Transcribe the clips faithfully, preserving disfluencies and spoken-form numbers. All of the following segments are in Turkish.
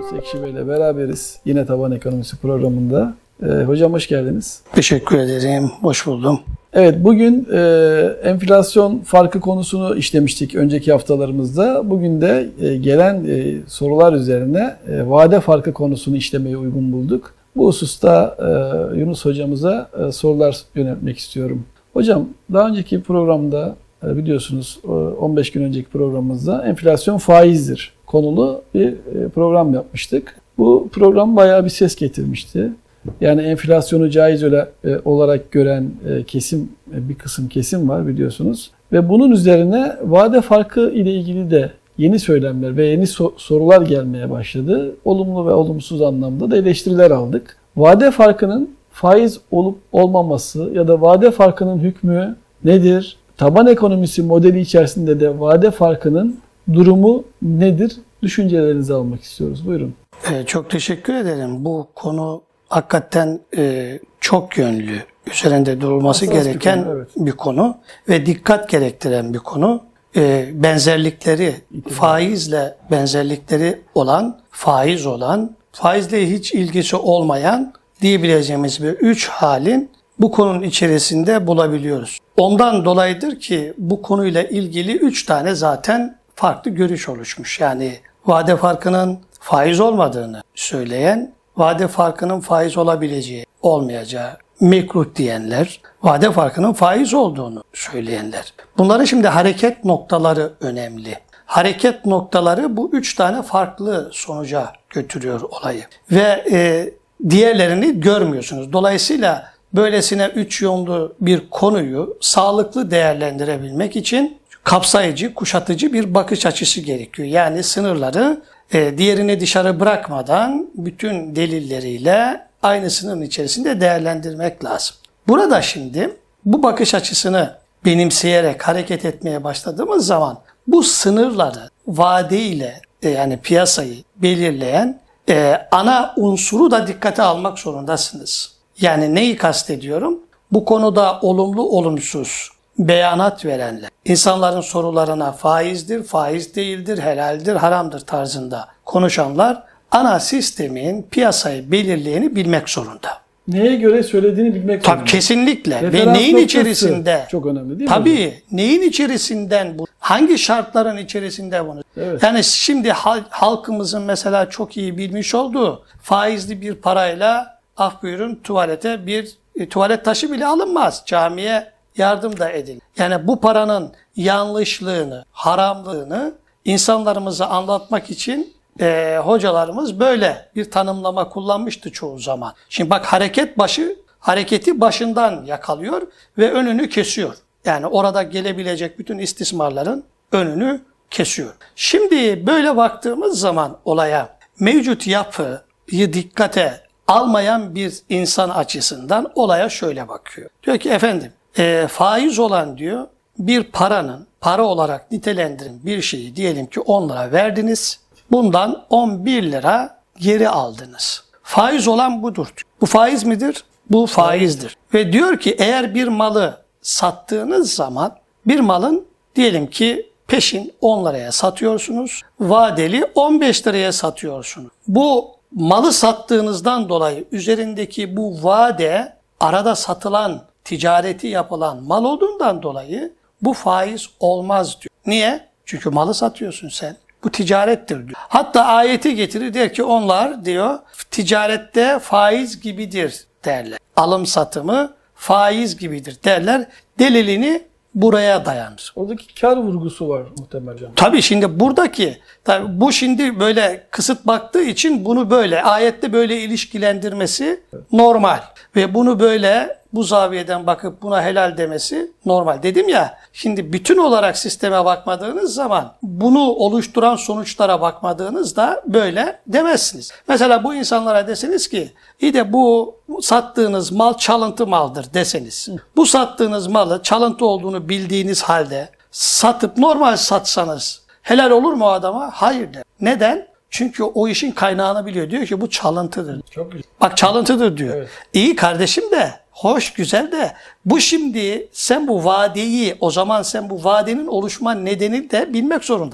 Yunus Ekşi Bey ile beraberiz. Yine Taban Ekonomisi programında. Ee, hocam hoş geldiniz. Teşekkür ederim. Hoş buldum. Evet, bugün e, enflasyon farkı konusunu işlemiştik önceki haftalarımızda. Bugün de e, gelen e, sorular üzerine e, vade farkı konusunu işlemeye uygun bulduk. Bu hususta e, Yunus hocamıza e, sorular yöneltmek istiyorum. Hocam, daha önceki programda e, biliyorsunuz on beş gün önceki programımızda enflasyon faizdir konulu bir e, program yapmıştık. Bu program bayağı bir ses getirmişti. Yani enflasyonu caiz öyle, e, olarak gören e, kesim, e, bir kısım kesim var biliyorsunuz. Ve bunun üzerine vade farkı ile ilgili de yeni söylemler ve yeni so- sorular gelmeye başladı. Olumlu ve olumsuz anlamda da eleştiriler aldık. Vade farkının faiz olup olmaması ya da vade farkının hükmü nedir? Taban ekonomisi modeli içerisinde de vade farkının durumu nedir? Düşüncelerinizi almak istiyoruz. Buyurun. Ee, çok teşekkür ederim. Bu konu hakikaten e, çok yönlü, üzerinde durulması Hassas gereken bir konu, evet. bir konu ve dikkat gerektiren bir konu. E, benzerlikleri, faizle benzerlikleri olan, faiz olan, faizle hiç ilgisi olmayan diyebileceğimiz bir üç halin bu konunun içerisinde bulabiliyoruz. Ondan dolayıdır ki bu konuyla ilgili üç tane zaten farklı görüş oluşmuş. Yani vade farkının faiz olmadığını söyleyen, vade farkının faiz olabileceği, olmayacağı, mekruh diyenler, vade farkının faiz olduğunu söyleyenler. Bunların şimdi hareket noktaları önemli. Hareket noktaları bu üç tane farklı sonuca götürüyor olayı. Ve e, diğerlerini görmüyorsunuz. Dolayısıyla böylesine üç yönlü bir konuyu sağlıklı değerlendirebilmek için kapsayıcı, kuşatıcı bir bakış açısı gerekiyor. Yani sınırları e, diğerini dışarı bırakmadan bütün delilleriyle aynı sınırın içerisinde değerlendirmek lazım. Burada şimdi bu bakış açısını benimseyerek hareket etmeye başladığımız zaman bu sınırları vadeyle e, yani piyasayı belirleyen e, ana unsuru da dikkate almak zorundasınız. Yani neyi kastediyorum? Bu konuda olumlu olumsuz beyanat verenler, insanların sorularına faizdir, faiz değildir, helaldir, haramdır tarzında konuşanlar ana sistemin piyasayı belirleyeni bilmek zorunda. Neye göre söylediğini bilmek zorunda. Tabii kesinlikle. Referans ve neyin noktası içerisinde? çok önemli değil tabii, mi? Tabii. Neyin içerisinden bu? Hangi şartların içerisinde bunu? Evet. Yani şimdi halkımızın mesela çok iyi bilmiş olduğu faizli bir parayla ah buyurun tuvalete bir e, tuvalet taşı bile alınmaz. Camiye yardım da edin. Yani bu paranın yanlışlığını, haramlığını insanlarımıza anlatmak için e, hocalarımız böyle bir tanımlama kullanmıştı çoğu zaman. Şimdi bak hareket başı, hareketi başından yakalıyor ve önünü kesiyor. Yani orada gelebilecek bütün istismarların önünü kesiyor. Şimdi böyle baktığımız zaman olaya mevcut yapıyı dikkate almayan bir insan açısından olaya şöyle bakıyor. Diyor ki efendim e, faiz olan diyor bir paranın para olarak nitelendirin bir şeyi diyelim ki on lira verdiniz. Bundan on bir lira geri aldınız. Faiz olan budur. Bu faiz midir? Bu faizdir. Ve diyor ki eğer bir malı sattığınız zaman bir malın diyelim ki peşin on liraya satıyorsunuz. Vadeli on beş liraya satıyorsunuz. Bu malı sattığınızdan dolayı üzerindeki bu vade arada satılan, ticareti yapılan mal olduğundan dolayı bu faiz olmaz diyor. Niye? Çünkü malı satıyorsun sen. Bu ticarettir diyor. Hatta ayeti getirir der ki onlar diyor ticarette faiz gibidir derler. Alım satımı faiz gibidir derler. Delilini buraya dayanır. Oradaki kar vurgusu var muhtemelen. Tabii şimdi buradaki, tabii bu şimdi böyle kısıt baktığı için bunu böyle, ayette böyle ilişkilendirmesi normal. Ve bunu böyle bu zaviyeden bakıp buna helal demesi normal. Dedim ya, şimdi bütün olarak sisteme bakmadığınız zaman bunu oluşturan sonuçlara bakmadığınızda böyle demezsiniz. Mesela bu insanlara deseniz ki, iyi de bu sattığınız mal çalıntı maldır deseniz. Bu sattığınız malı çalıntı olduğunu bildiğiniz halde satıp normal satsanız helal olur mu o adama? Hayır der. Neden? Çünkü o işin kaynağını biliyor. Diyor ki bu çalıntıdır. Çok güzel. Bak çalıntıdır diyor. Evet. İyi kardeşim de, hoş güzel de bu şimdi sen bu vadeyi, o zaman sen bu vadenin oluşma nedenini de bilmek zorundasın.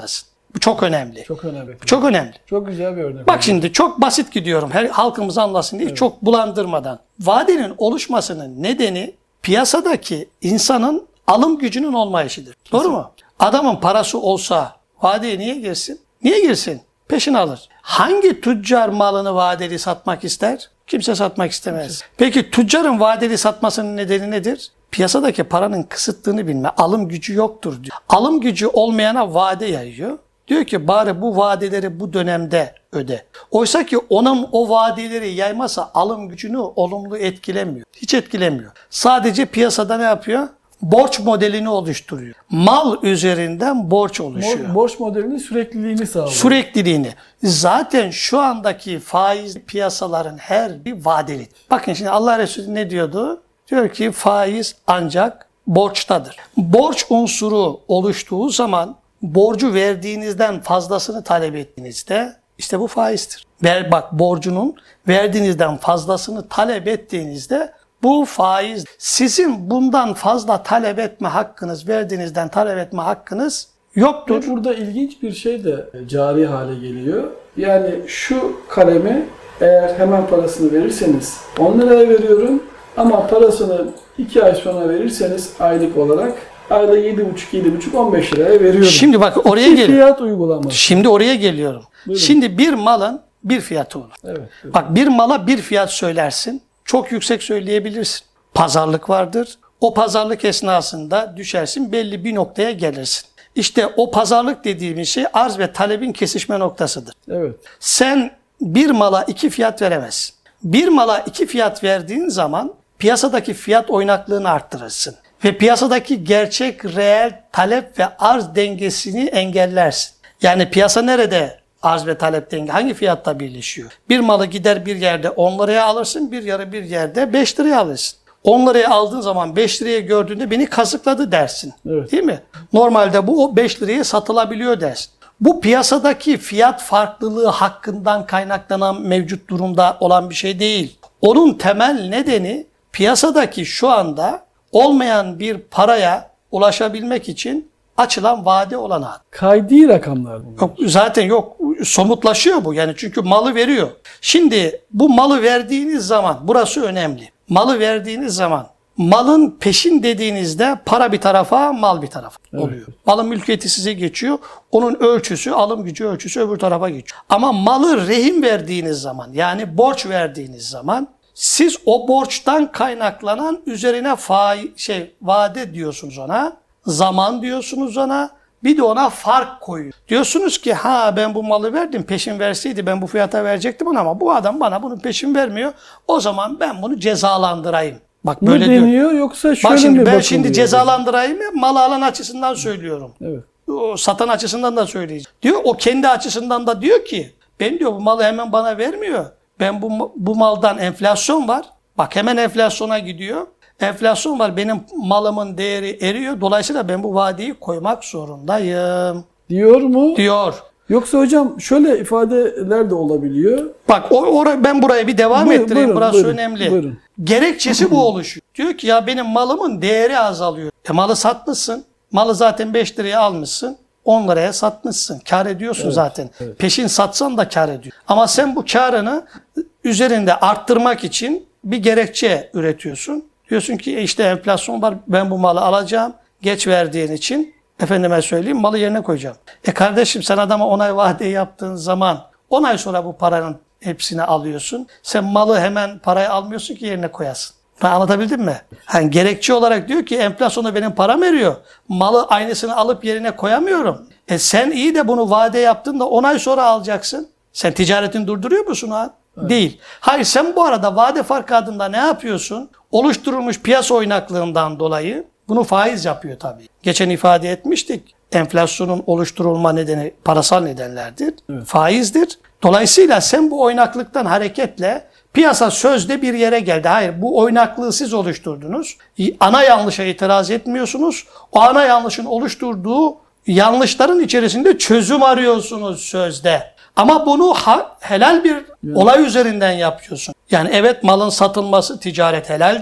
Bu çok önemli. Çok önemli. Çok önemli. Çok güzel bir örnek. Bak şimdi çok basit gidiyorum. Her halkımız anlasın diye, evet, çok bulandırmadan. Vadenin oluşmasının nedeni piyasadaki insanın alım gücünün olmayışıdır. Kesin. Doğru mu? Adamın parası olsa vadeye niye girsin? Niye girsin? Peşin alır. Hangi tüccar malını vadeli satmak ister? Kimse satmak istemez. Kesin. Peki tüccarın vadeli satmasının nedeni nedir? Piyasadaki paranın kısıtlığını bilme. Alım gücü yoktur diyor. Alım gücü olmayana vade yayıyor. Diyor ki bari bu vadeleri bu dönemde öde. Oysa ki onun o vadeleri yaymasa alım gücünü olumlu etkilemiyor. Hiç etkilemiyor. Sadece piyasada ne yapıyor? Borç modelini oluşturuyor. Mal üzerinden borç oluşuyor. Borç modelinin sürekliliğini sağlıyor. Sürekliliğini. Zaten şu andaki faiz piyasaların her bir vadeli. Bakın şimdi Allah Resulü ne diyordu? Diyor ki faiz ancak borçtadır. Borç unsuru oluştuğu zaman borcu verdiğinizden fazlasını talep ettiğinizde işte bu faizdir. Ver, bak borcunun verdiğinizden fazlasını talep ettiğinizde bu faiz. Sizin bundan fazla talep etme hakkınız, verdiğinizden talep etme hakkınız yoktur. Ve burada ilginç bir şey de cari hale geliyor. Yani şu kalemi eğer hemen parasını verirseniz on liraya veriyorum ama parasını iki ay sonra verirseniz aylık olarak ayda yedi buçuk yedi buçuk on beş liraya veriyorum. Şimdi bak oraya geliyorum. Fiyat uygulaması. Şimdi oraya geliyorum. Buyurun. Şimdi bir malın bir fiyatı olur. Evet, evet. Bak bir mala bir fiyat söylersin. Çok yüksek söyleyebilirsin. Pazarlık vardır. O pazarlık esnasında düşersin, belli bir noktaya gelirsin. İşte o pazarlık dediğimiz şey arz ve talebin kesişme noktasıdır. Evet. Sen bir mala iki fiyat veremezsin. Bir mala iki fiyat verdiğin zaman piyasadaki fiyat oynaklığını arttırırsın. Ve piyasadaki gerçek, reel talep ve arz dengesini engellersin. Yani piyasa nerede arz ve talep denge? Hangi fiyatta birleşiyor? Bir malı gider bir yerde on liraya alırsın, bir yarı bir yerde beş liraya alırsın. on liraya aldığın zaman beş liraya gördüğünde beni kazıkladı dersin. Evet. Değil mi? Normalde bu o beş liraya satılabiliyor dersin. Bu piyasadaki fiyat farklılığı hakkından kaynaklanan mevcut durumda olan bir şey değil. Onun temel nedeni piyasadaki şu anda olmayan bir paraya ulaşabilmek için açılan vade olanağı. Kaydi rakamlar bunlar. Yok, zaten yok. Somutlaşıyor bu. Yani çünkü malı veriyor. Şimdi bu malı verdiğiniz zaman burası önemli. Malı verdiğiniz zaman malın peşin dediğinizde para bir tarafa, mal bir tarafa oluyor. Evet. Malın mülkiyeti size geçiyor. Onun ölçüsü, alım gücü ölçüsü öbür tarafa geçiyor. Ama malı rehin verdiğiniz zaman, yani borç verdiğiniz zaman siz o borçtan kaynaklanan üzerine faiz, şey vade diyorsunuz ona, zaman diyorsunuz ona, bir de ona fark koyuyor. Diyorsunuz ki ha ben bu malı verdim, peşin verseydi ben bu fiyata verecektim onu ama bu adam bana bunu peşin vermiyor. O zaman ben bunu cezalandırayım. Bak böyle mı deniyor diyor. Yoksa şöyle Bak şimdi mi ben bakılıyor? şimdi cezalandırayım ya, malı alan açısından söylüyorum. Evet. O satan açısından da söyleyeceğim. Diyor o kendi açısından da diyor ki ben diyor bu malı hemen bana vermiyor. Ben bu bu maldan enflasyon var. Bak hemen enflasyona gidiyor. Enflasyon var. Benim malımın değeri eriyor. Dolayısıyla ben bu vadeyi koymak zorundayım. Diyor mu? Diyor. Yoksa hocam şöyle ifadeler de olabiliyor. Bak o, or- ben buraya bir devam Buyurun, ettireyim. buyurun, Burası buyurun, önemli. buyurun. Gerekçesi bu oluşuyor. Diyor ki ya benim malımın değeri azalıyor. E malı satmışsın. Malı zaten beş liraya almışsın. on liraya satmışsın. Kar ediyorsun Evet, zaten. evet. Peşin satsan da kar ediyor. Ama sen bu karını üzerinde arttırmak için bir gerekçe üretiyorsun. Diyorsun ki e işte enflasyon var, ben bu malı alacağım. Geç verdiğin için efendime söyleyeyim malı yerine koyacağım. E kardeşim sen adama on ay vade yaptığın zaman on ay sonra bu paranın hepsini alıyorsun. Sen malı hemen parayı almıyorsun ki yerine koyasın. Ben anlatabildim mi? Yani gerekçe olarak diyor ki enflasyona benim param eriyor. Malı aynısını alıp yerine koyamıyorum. E sen iyi de bunu vade yaptın da on ay sonra alacaksın. Sen ticaretini durduruyor musun ha? Evet. Değil. Hayır sen bu arada vade farkı adında ne yapıyorsun? Oluşturulmuş piyasa oynaklığından dolayı bunu faiz yapıyor tabii. Geçen ifade etmiştik. Enflasyonun oluşturulma nedeni parasal nedenlerdir. Evet. Faizdir. Dolayısıyla sen bu oynaklıktan hareketle piyasa sözde bir yere geldi. Hayır bu oynaklığı siz oluşturdunuz. Ana yanlışa itiraz etmiyorsunuz. O ana yanlışın oluşturduğu yanlışların içerisinde çözüm arıyorsunuz sözde. Ama bunu ha, helal bir olay üzerinden yapıyorsun. Yani evet malın satılması ticaret helaldir.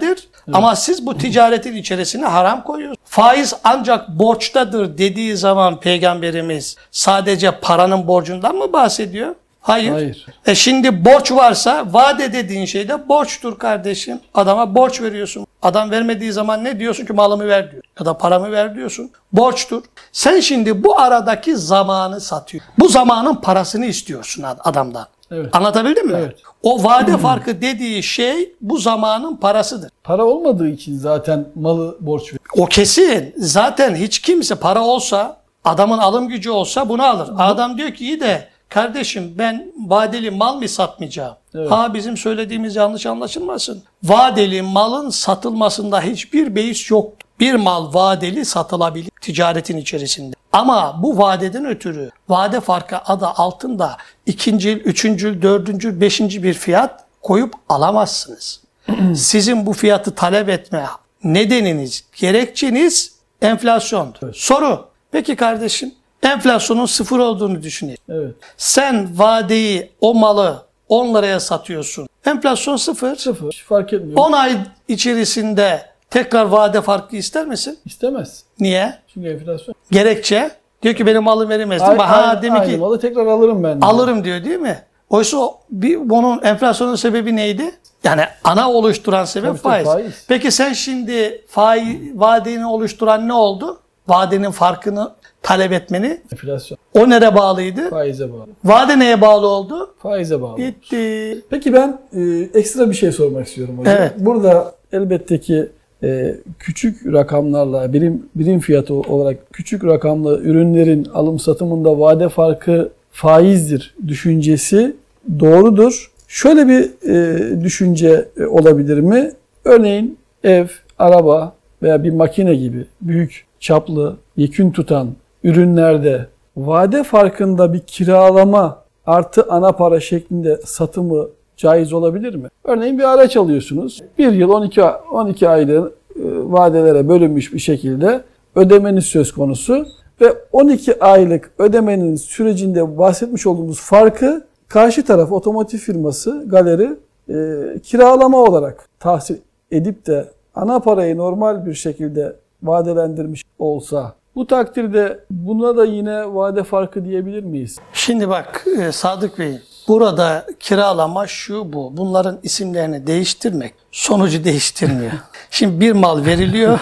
Ama siz bu ticaretin içerisine haram koyuyorsunuz. Faiz ancak borçtadır dediği zaman Peygamberimiz sadece paranın borcundan mı bahsediyor? Hayır. Hayır. E şimdi borç varsa vade dediğin şey de borçtur kardeşim. Adama borç veriyorsun. Adam vermediği zaman ne diyorsun ki malımı ver diyor. Ya da paramı ver diyorsun. Borçtur. Sen şimdi bu aradaki zamanı satıyorsun. Bu zamanın parasını istiyorsun adamdan. Evet. Anlatabildim mi? Evet. O vade farkı dediği şey bu zamanın parasıdır. Para olmadığı için zaten malı borç veriyor. O kesin. Zaten hiç kimse para olsa, adamın alım gücü olsa bunu alır. Adam diyor ki iyi de kardeşim ben vadeli mal mı satmayacağım? Evet. Ha bizim söylediğimiz yanlış anlaşılmasın. Vadeli malın satılmasında hiçbir beis yok. Bir mal vadeli satılabilir ticaretin içerisinde. Ama bu vadeden ötürü vade farkı adı altında ikinci, üçüncü, dördüncü, beşinci bir fiyat koyup alamazsınız. Sizin bu fiyatı talep etme nedeniniz, gerekçeniz enflasyondur. Evet. Soru. Peki kardeşim enflasyonun sıfır olduğunu düşünelim. Evet. Sen vadeyi, o malı on liraya satıyorsun. Enflasyon sıfır. Sıfır. Hiç fark etmiyor. on ay içerisinde tekrar vade farkı ister misin? İstemez. Niye? Çünkü enflasyon. Gerekçe. Diyor ki benim malım verilmez. Değil mi? Ay- Ha aynı- demek aynı ki malı tekrar alırım ben. diyor. alırım diyor değil mi? Oysa o, bir, bunun enflasyonun sebebi neydi? Yani ana oluşturan sebep Tabii, tabii, faiz. faiz. Peki sen şimdi faiz, vadeyi oluşturan ne oldu? Vadenin farkını talep etmeni. Enflasyon. O nereye bağlıydı? Faize bağlı. Vade neye bağlı oldu? Faize bağlı. Bitti. Peki ben e, ekstra bir şey sormak istiyorum hocam. Evet. Burada elbette ki e, küçük rakamlarla birim birim fiyatı olarak küçük rakamlı ürünlerin alım satımında vade farkı faizdir düşüncesi doğrudur. Şöyle bir e, düşünce e, olabilir mi? Örneğin ev, araba veya bir makine gibi büyük çaplı, yekün tutan ürünlerde vade farkında bir kiralama artı ana para şeklinde satımı caiz olabilir mi? Örneğin bir araç alıyorsunuz. Bir yıl on iki, on iki aylık e, vadelere bölünmüş bir şekilde ödemeniz söz konusu ve on iki aylık ödemenin sürecinde bahsetmiş olduğumuz farkı karşı taraf otomotiv firması, galeri e, kiralama olarak tahsil edip de ana parayı normal bir şekilde vadelendirmiş olsa bu takdirde buna da yine vade farkı diyebilir miyiz? Şimdi bak e, Sadık Bey, burada kiralama şu bu. Bunların isimlerini değiştirmek sonucu değiştirmiyor. Şimdi bir mal veriliyor.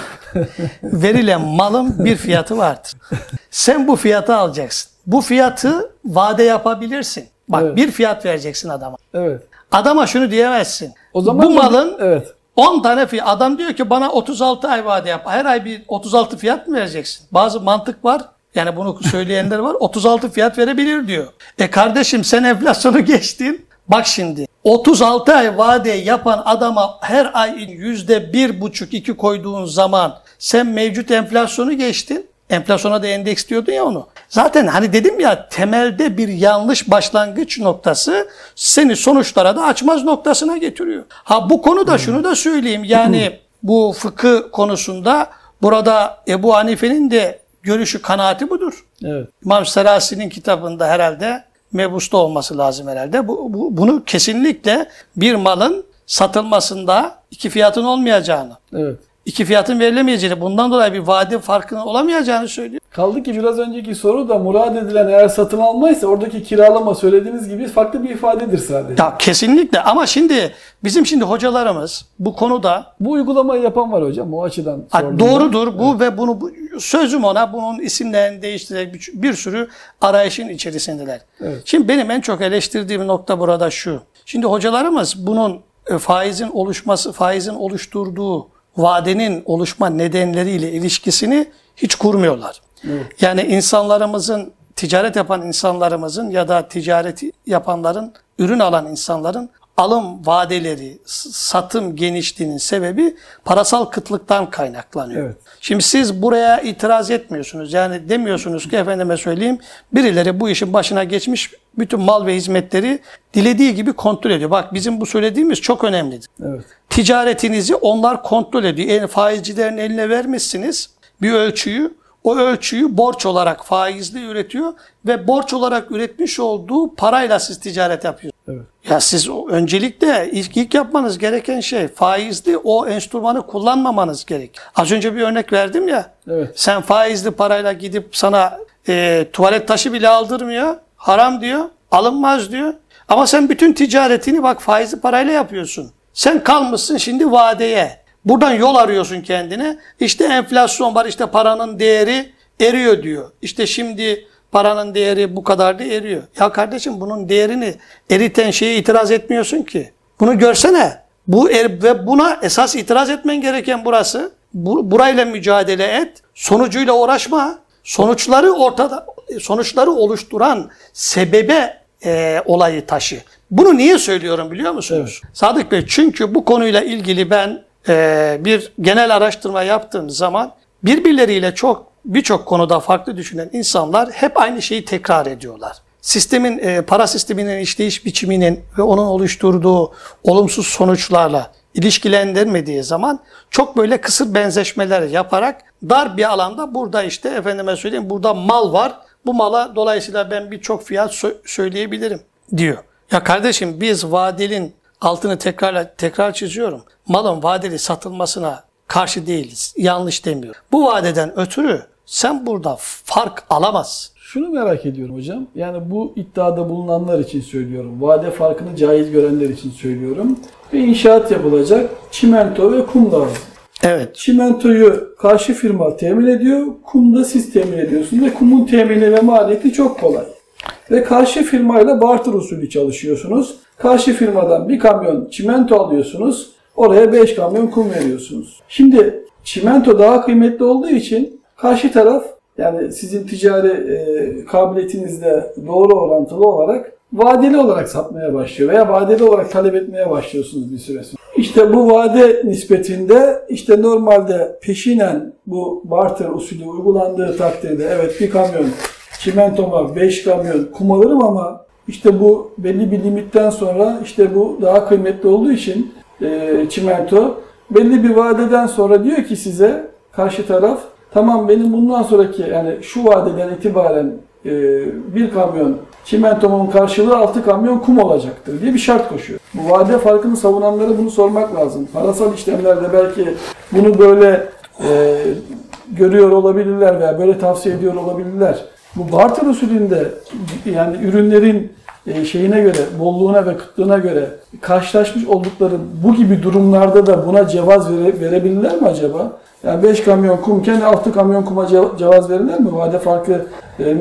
Verilen malın bir fiyatı vardır. Sen bu fiyatı alacaksın. Bu fiyatı vade yapabilirsin. Bak Evet. bir fiyat vereceksin adama. Evet. Adama şunu diyemezsin. O zaman bu da- malın evet. on tane fiyat. Adam diyor ki bana otuz altı ay vade yap. Her ay bir otuz altı fiyat mı vereceksin? Bazı mantık var. Yani bunu söyleyenler var. otuz altı fiyat verebilir diyor. E kardeşim sen enflasyonu geçtin. Bak şimdi otuz altı ay vade yapan adama her ay yüzde bir buçuk iki koyduğun zaman sen mevcut enflasyonu geçtin. Enflasyona da endeks diyordun ya onu. Zaten hani dedim ya temelde bir yanlış başlangıç noktası seni sonuçlara da açmaz noktasına getiriyor. Ha bu konuda şunu da söyleyeyim. Yani bu fıkıh konusunda burada Ebu Hanife'nin de görüşü kanaati budur. Evet. İmam Serasi'nin kitabında herhalde mebusta olması lazım herhalde. Bu, bu, bunu kesinlikle bir malın satılmasında iki fiyatın olmayacağını, Evet. iki fiyatın verilemeyeceğini, bundan dolayı bir vade farkının olamayacağını söylüyor. Kaldı ki biraz önceki soru da murad edilen eğer satın almaysa oradaki kiralama söylediğiniz gibi farklı bir ifadedir sadece. Ya kesinlikle ama şimdi bizim şimdi hocalarımız bu konuda Bu uygulamayı yapan var hocam o açıdan ha, sordum. doğrudur bu ve bunu bu, sözüm ona bunun isimlerini değiştirerek bir, bir sürü arayışın içerisindeler. Evet. Şimdi benim en çok eleştirdiğim nokta burada şu. Şimdi hocalarımız bunun e, faizin oluşması, faizin oluşturduğu vadenin oluşma nedenleriyle ilişkisini hiç kurmuyorlar. Evet. Yani insanlarımızın, ticaret yapan insanlarımızın ya da ticareti yapanların, ürün alan insanların alım vadeleri, s- satım genişliğinin sebebi parasal kıtlıktan kaynaklanıyor. Evet. Şimdi siz buraya itiraz etmiyorsunuz. Yani demiyorsunuz ki efendime söyleyeyim birileri bu işin başına geçmiş bütün mal ve hizmetleri dilediği gibi kontrol ediyor. Bak bizim bu söylediğimiz çok önemlidir. Evet. Ticaretinizi onlar kontrol ediyor. Yani faizcilerin eline vermişsiniz bir ölçüyü. O ölçüyü borç olarak faizli üretiyor ve borç olarak üretmiş olduğu parayla siz ticaret yapıyorsunuz. Evet. Ya siz o- öncelikle ilk, ilk yapmanız gereken şey faizli o enstrümanı kullanmamanız gerek. Az önce bir örnek verdim ya. Evet. Sen faizli parayla gidip sana e, tuvalet taşı bile aldırmıyor. Haram diyor. Alınmaz diyor. Ama sen bütün ticaretini bak faizli parayla yapıyorsun. Sen kalmışsın şimdi vadeye. Buradan yol arıyorsun kendine. İşte enflasyon var, işte paranın değeri eriyor diyor. İşte şimdi paranın değeri bu kadar da eriyor. Ya kardeşim bunun değerini eriten şeye itiraz etmiyorsun ki. Bunu görsene. Bu er, ve buna esas itiraz etmen gereken burası. Bu, burayla mücadele et. Sonucuyla uğraşma. Sonuçları ortada, sonuçları oluşturan sebebe e, olayı taşı. Bunu niye söylüyorum biliyor musunuz? Evet. Sadık Bey, çünkü bu konuyla ilgili ben e, bir genel araştırma yaptığım zaman birbirleriyle çok birçok konuda farklı düşünen insanlar hep aynı şeyi tekrar ediyorlar. Sistemin, e, para sisteminin işleyiş biçiminin ve onun oluşturduğu olumsuz sonuçlarla ilişkilendirmediği zaman çok böyle kısır benzeşmeler yaparak dar bir alanda burada işte efendime söyleyeyim burada mal var. Bu mala dolayısıyla ben birçok fiyat sö- söyleyebilirim diyor. Ya kardeşim biz vadelin altını tekrar tekrar çiziyorum. Malın vadeli satılmasına karşı değiliz. Yanlış demiyorum. Bu vadeden ötürü sen burada fark alamazsın. Şunu merak ediyorum hocam. Yani bu iddiada bulunanlar için söylüyorum. Vade farkını caiz görenler için söylüyorum. Bir inşaat yapılacak. Çimento ve kum lazım. Evet. Çimentoyu karşı firma temin ediyor. Kumu da siz temin ediyorsunuz. Ve kumun temini ve maliyeti çok kolay. Ve karşı firmayla barter usulü çalışıyorsunuz. Karşı firmadan bir kamyon çimento alıyorsunuz. Oraya beş kamyon kum veriyorsunuz. Şimdi çimento daha kıymetli olduğu için karşı taraf, yani sizin ticari e, kabiliyetinizle doğru orantılı olarak vadeli olarak satmaya başlıyor veya vadeli olarak talep etmeye başlıyorsunuz bir süre sonra. İşte bu vade nispetinde işte normalde peşinen bu barter usulü uygulandığı takdirde evet bir kamyon çimentoma beş kamyon kum alırım ama işte bu belli bir limitten sonra işte bu daha kıymetli olduğu için e, çimento belli bir vadeden sonra diyor ki size karşı taraf, tamam benim bundan sonraki yani şu vadeden itibaren e, bir kamyon çimentomun karşılığı altı kamyon kum olacaktır diye bir şart koşuyor. Bu vade farkını savunanlara bunu sormak lazım. Parasal işlemlerde belki bunu böyle e, görüyor olabilirler veya böyle tavsiye ediyor olabilirler. Bu barter usulünde yani ürünlerin e, şeyine göre, bolluğuna ve kıtlığına göre karşılaşmış oldukları bu gibi durumlarda da buna cevaz vere, verebilirler mi acaba? Yani beş kamyon kumken altı kamyon kuma cevaz verirler mi? Vade farkı e, e,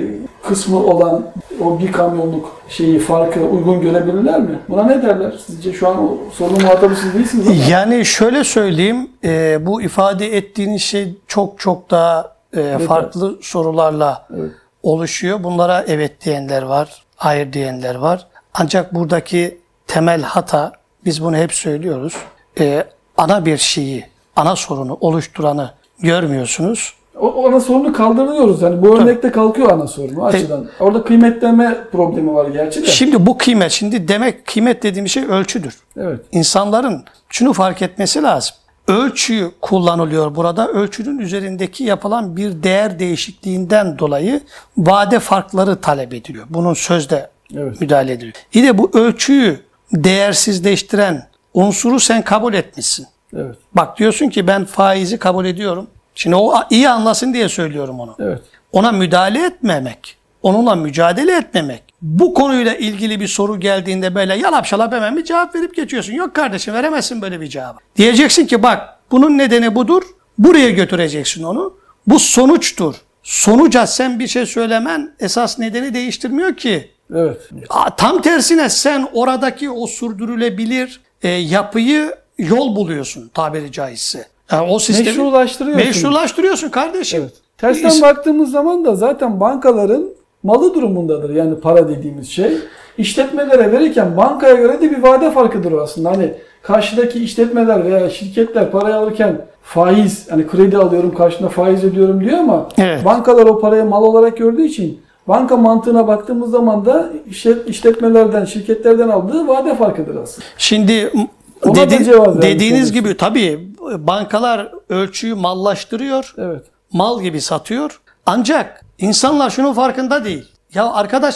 kısmı olan o bir kamyonluk şeyi farkı uygun görebilirler mi? Buna ne derler? Sizce şu an o sorunun muhatabı siz değilsiniz ama. Yani şöyle söyleyeyim, e, bu ifade ettiğiniz şey çok çok daha e, farklı sorularla Evet. oluşuyor. Bunlara evet diyenler var, hayır diyenler var. Ancak buradaki temel hata, biz bunu hep söylüyoruz, e, ana bir şeyi, ana sorunu oluşturanı görmüyorsunuz. O, o ana sorunu kaldırıyoruz. Yani bu örnekte kalkıyor ana sorun o açıdan. Orada kıymetleme problemi var gerçi de. Şimdi bu kıymet, şimdi demek kıymet dediğim şey ölçüdür. Evet. İnsanların şunu fark etmesi lazım. Ölçü kullanılıyor burada. Ölçünün üzerindeki yapılan bir değer değişikliğinden dolayı vade farkları talep ediliyor. Bunun sözde Evet. müdahale ediliyor. Yine bu ölçüyü değersizleştiren unsuru sen kabul etmişsin. Evet. Bak diyorsun ki ben faizi kabul ediyorum. Şimdi o iyi anlasın diye söylüyorum onu. Evet. Ona müdahale etmemek, onunla mücadele etmemek. Bu konuyla ilgili bir soru geldiğinde böyle yalap şalap hemen bir cevap verip geçiyorsun. Yok kardeşim veremezsin böyle bir cevabı. Diyeceksin ki bak bunun nedeni budur. Buraya götüreceksin onu. Bu sonuçtur. Sonuca sen bir şey söylemen esas nedeni değiştirmiyor ki. Evet. Tam tersine sen oradaki o sürdürülebilir e, yapıyı yol buluyorsun tabiri caizse. Yani o sistemi Meşrulaştırıyorsun. meşrulaştırıyorsun kardeşim. Evet. Tersten İs- baktığımız zaman da zaten bankaların malı durumundadır. Yani para dediğimiz şey. İşletmelere verirken bankaya göre de bir vade farkıdır o aslında. Hani karşıdaki işletmeler veya şirketler parayı alırken faiz, hani kredi alıyorum karşında faiz ödüyorum diyor ama Evet. bankalar o parayı mal olarak gördüğü için banka mantığına baktığımız zaman da işlet- işletmelerden, şirketlerden aldığı vade farkıdır aslında. Şimdi Ona da dedi- cevap vermiş dediğiniz olursun. gibi tabii bankalar ölçüyü mallaştırıyor. Evet. Mal gibi satıyor. Ancak insanlar şunun farkında değil. Ya arkadaşım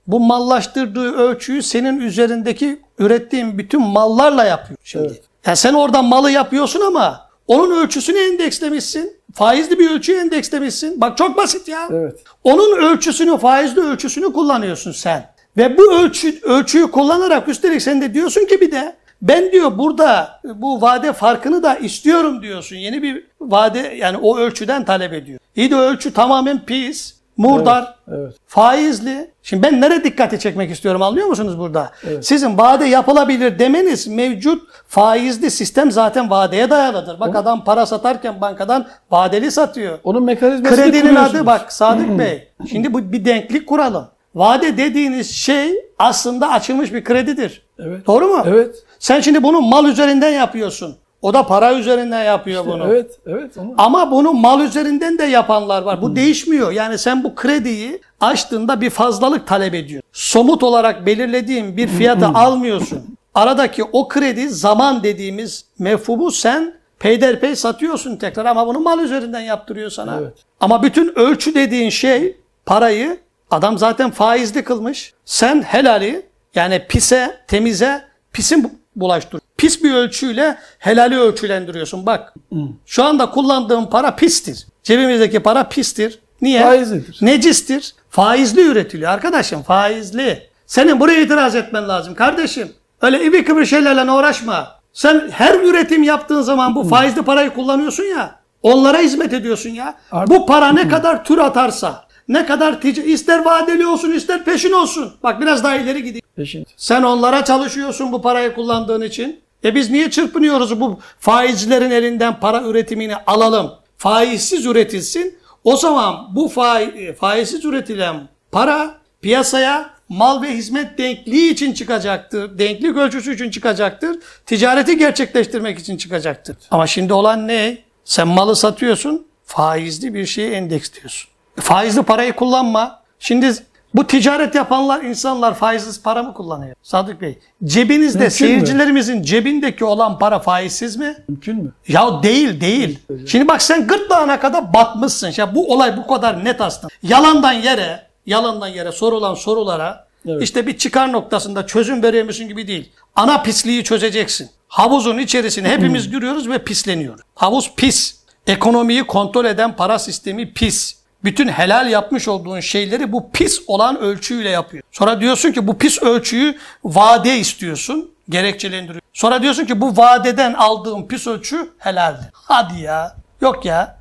bu mallaştırdığı ölçüyü senin üzerindeki ürettiğin bütün mallarla yapıyor şimdi. Evet. Yani sen oradan malı yapıyorsun ama onun ölçüsünü endekslemişsin. Faizli bir ölçüyü endekslemişsin. Bak çok basit ya. Evet. Onun ölçüsünü, faizli ölçüsünü kullanıyorsun sen. Ve bu ölçü, ölçüyü kullanarak üstelik sen de diyorsun ki bir de ben diyor burada bu vade farkını da istiyorum diyorsun. Yeni bir vade yani o ölçüden talep ediyor. İyi de o ölçü tamamen pis, murdar, Evet, evet. faizli. Şimdi ben nereye dikkati çekmek istiyorum anlıyor musunuz burada? Evet. Sizin vade yapılabilir demeniz mevcut faizli sistem zaten vadeye dayalıdır. Bak adam para satarken bankadan vadeli satıyor. Onun mekanizmasını Kredinin kuruyorsunuz. adı bak Sadık Bey. Şimdi bu bir denklik kuralım. Vade dediğiniz şey aslında açılmış bir kredidir. Evet. Doğru mu? Evet. Sen şimdi bunu mal üzerinden yapıyorsun. O da para üzerinden yapıyor bunu. Evet, evet. Onu... Ama bunu mal üzerinden de yapanlar var. Bu değişmiyor. Yani sen bu krediyi açtığında bir fazlalık talep ediyorsun. Somut olarak belirlediğin bir fiyatı almıyorsun. Aradaki o kredi zaman dediğimiz mefhumu sen peyderpey satıyorsun tekrar ama bunu mal üzerinden yaptırıyor sana. Evet. Ama bütün ölçü dediğin şey parayı adam zaten faizli kılmış. Sen helali yani pise, temize, pisin bulaştır. Pis bir ölçüyle helali ölçülendiriyorsun. Bak şu anda kullandığım para pistir. Cebimizdeki para pistir. Niye? Faizlidir. Necistir. Faizli üretiliyor arkadaşım faizli. Senin buraya itiraz etmen lazım kardeşim. Öyle ibi kıvır şeylerle uğraşma. Sen her üretim yaptığın zaman bu faizli parayı kullanıyorsun ya. Onlara hizmet ediyorsun ya. Artık- Bu para ne kadar tür atarsa, ne kadar ticari, ister vadeli olsun ister peşin olsun. Bak biraz daha ileri gideyim. Peşin. Sen onlara çalışıyorsun bu parayı kullandığın için. E biz niye çırpınıyoruz bu faizcilerin elinden para üretimini alalım. Faizsiz üretilsin. O zaman bu faiz, faizsiz üretilen para piyasaya mal ve hizmet denkliği için çıkacaktır. Denklik ölçüsü için çıkacaktır. Ticareti gerçekleştirmek için çıkacaktır. Ama şimdi olan ne? Sen malı satıyorsun, faizli bir şeye endeksliyorsun. Faizli parayı kullanma. Şimdi bu ticaret yapanlar insanlar faizsiz para mı kullanıyor? Sadık Bey, cebinizde Mümkün mü? seyircilerimizin cebindeki olan para faizsiz mi? Mümkün mü? Ya değil değil. Şimdi bak sen gırtlağına kadar batmışsın. Ya bu olay bu kadar net aslında. Yalandan yere, yalandan yere sorulan sorulara Evet. işte bir çıkar noktasında çözüm veriyormuşsun gibi değil. Ana pisliği çözeceksin. Havuzun içerisine hepimiz giriyoruz ve pisleniyoruz. Havuz pis. Ekonomiyi kontrol eden para sistemi pis. Bütün helal yapmış olduğun şeyleri bu pis olan ölçüyle yapıyor. Sonra diyorsun ki bu pis ölçüyü vade istiyorsun, gerekçelendiriyor. Sonra diyorsun ki bu vadeden aldığım pis ölçü helaldir. Hadi ya. Yok ya.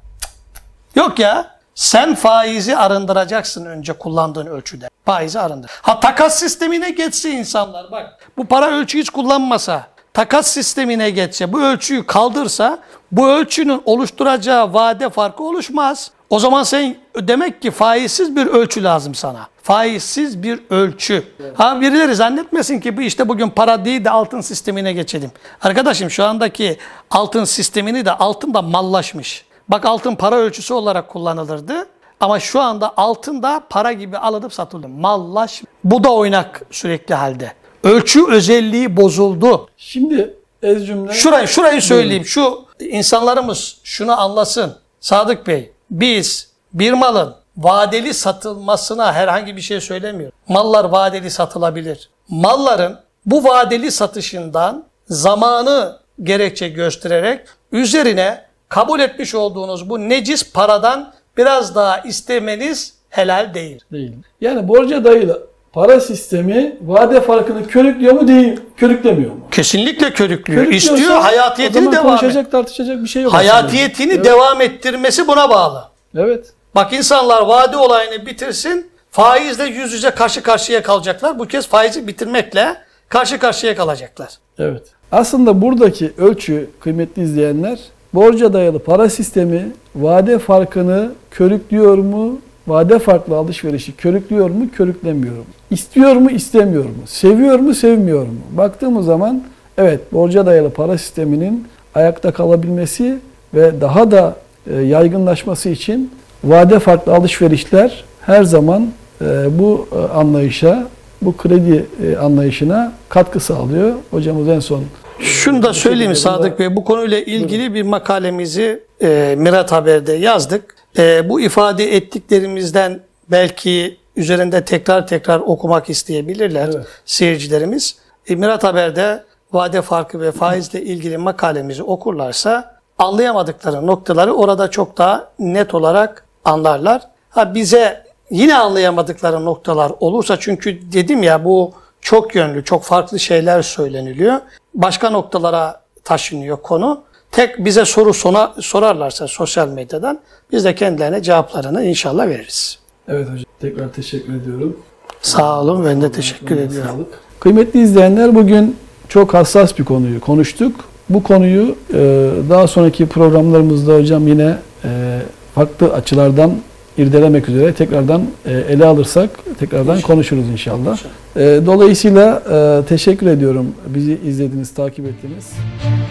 Yok ya. Sen faizi arındıracaksın önce kullandığın ölçüden. Faizi arındır. Ha takas sistemine geçse insanlar bak. Bu para ölçü hiç kullanmasa, takas sistemine geçse, bu ölçüyü kaldırsa bu ölçünün oluşturacağı vade farkı oluşmaz. O zaman sen demek ki faizsiz bir ölçü lazım sana. Faizsiz bir ölçü. Evet. Ha birileri zannetmesin ki bu işte bugün para değil de altın sistemine geçelim. Arkadaşım şu andaki altın sistemini de altın da mallaşmış. Bak altın para ölçüsü olarak kullanılırdı. Ama şu anda altın da para gibi alınıp satılıyor. Mallaş. Bu da oynak sürekli halde. Ölçü özelliği bozuldu. Şimdi ez cümle... Şurayı, şurayı söyleyeyim. Şu insanlarımız şunu anlasın. Sadık Bey, biz bir malın vadeli satılmasına herhangi bir şey söylemiyoruz. Mallar vadeli satılabilir. Malların bu vadeli satışından zamanı gerekçe göstererek üzerine kabul etmiş olduğunuz bu necis paradan biraz daha istemeniz helal değil. Değil. Yani borca dayalı para sistemi vade farkını körüklüyor mu değil, körüklemiyor mu? Kesinlikle körüklüyor. Körüklüyorsa İstiyor hayatiyetini o zaman devam konuşacak, et. tartışacak bir şey yok. Hayatiyetini aslında. devam ettirmesi buna bağlı. Evet. Bak insanlar vade olayını bitirsin, faizle yüz yüze karşı karşıya kalacaklar. Bu kez faizi bitirmekle karşı karşıya kalacaklar. Evet. Aslında buradaki ölçü kıymetli izleyenler, borca dayalı para sistemi vade farkını körüklüyor mu? Vade farklı alışverişi körüklüyor mu? Körüklemiyor mu? İstiyor mu? İstemiyor mu? Seviyor mu? Sevmiyor mu? Baktığımız zaman evet, borca dayalı para sisteminin ayakta kalabilmesi ve daha da e, yaygınlaşması için vade farklı alışverişler her zaman e, bu e, anlayışa, bu kredi e, anlayışına katkı sağlıyor. Hocamız en son... Şunu da söyleyeyim Sadık Bey, bu konuyla ilgili bir makalemizi e, Mirat Haber'de yazdık. E, bu ifade ettiklerimizden belki üzerinde tekrar tekrar okumak isteyebilirler Evet. seyircilerimiz. E, Mirat Haber'de vade farkı ve faizle ilgili makalemizi okurlarsa anlayamadıkları noktaları orada çok daha net olarak anlarlar. Ha bize yine anlayamadıkları noktalar olursa, çünkü dedim ya bu çok yönlü, çok farklı şeyler söyleniliyor. Başka noktalara taşınıyor konu. Tek bize soru sona, sorarlarsa sosyal medyadan biz de kendilerine cevaplarını inşallah veririz. Evet hocam. Tekrar teşekkür ediyorum. Sağ olun, ben de teşekkür ediyorum. Sağlık. Kıymetli izleyenler, bugün çok hassas bir konuyu konuştuk. Bu konuyu e, daha sonraki programlarımızda hocam yine e, farklı açılardan irdelemek üzere tekrardan e, ele alırsak tekrardan İnşallah. konuşuruz inşallah. E, dolayısıyla e, teşekkür ediyorum bizi izlediniz, takip ettiniz.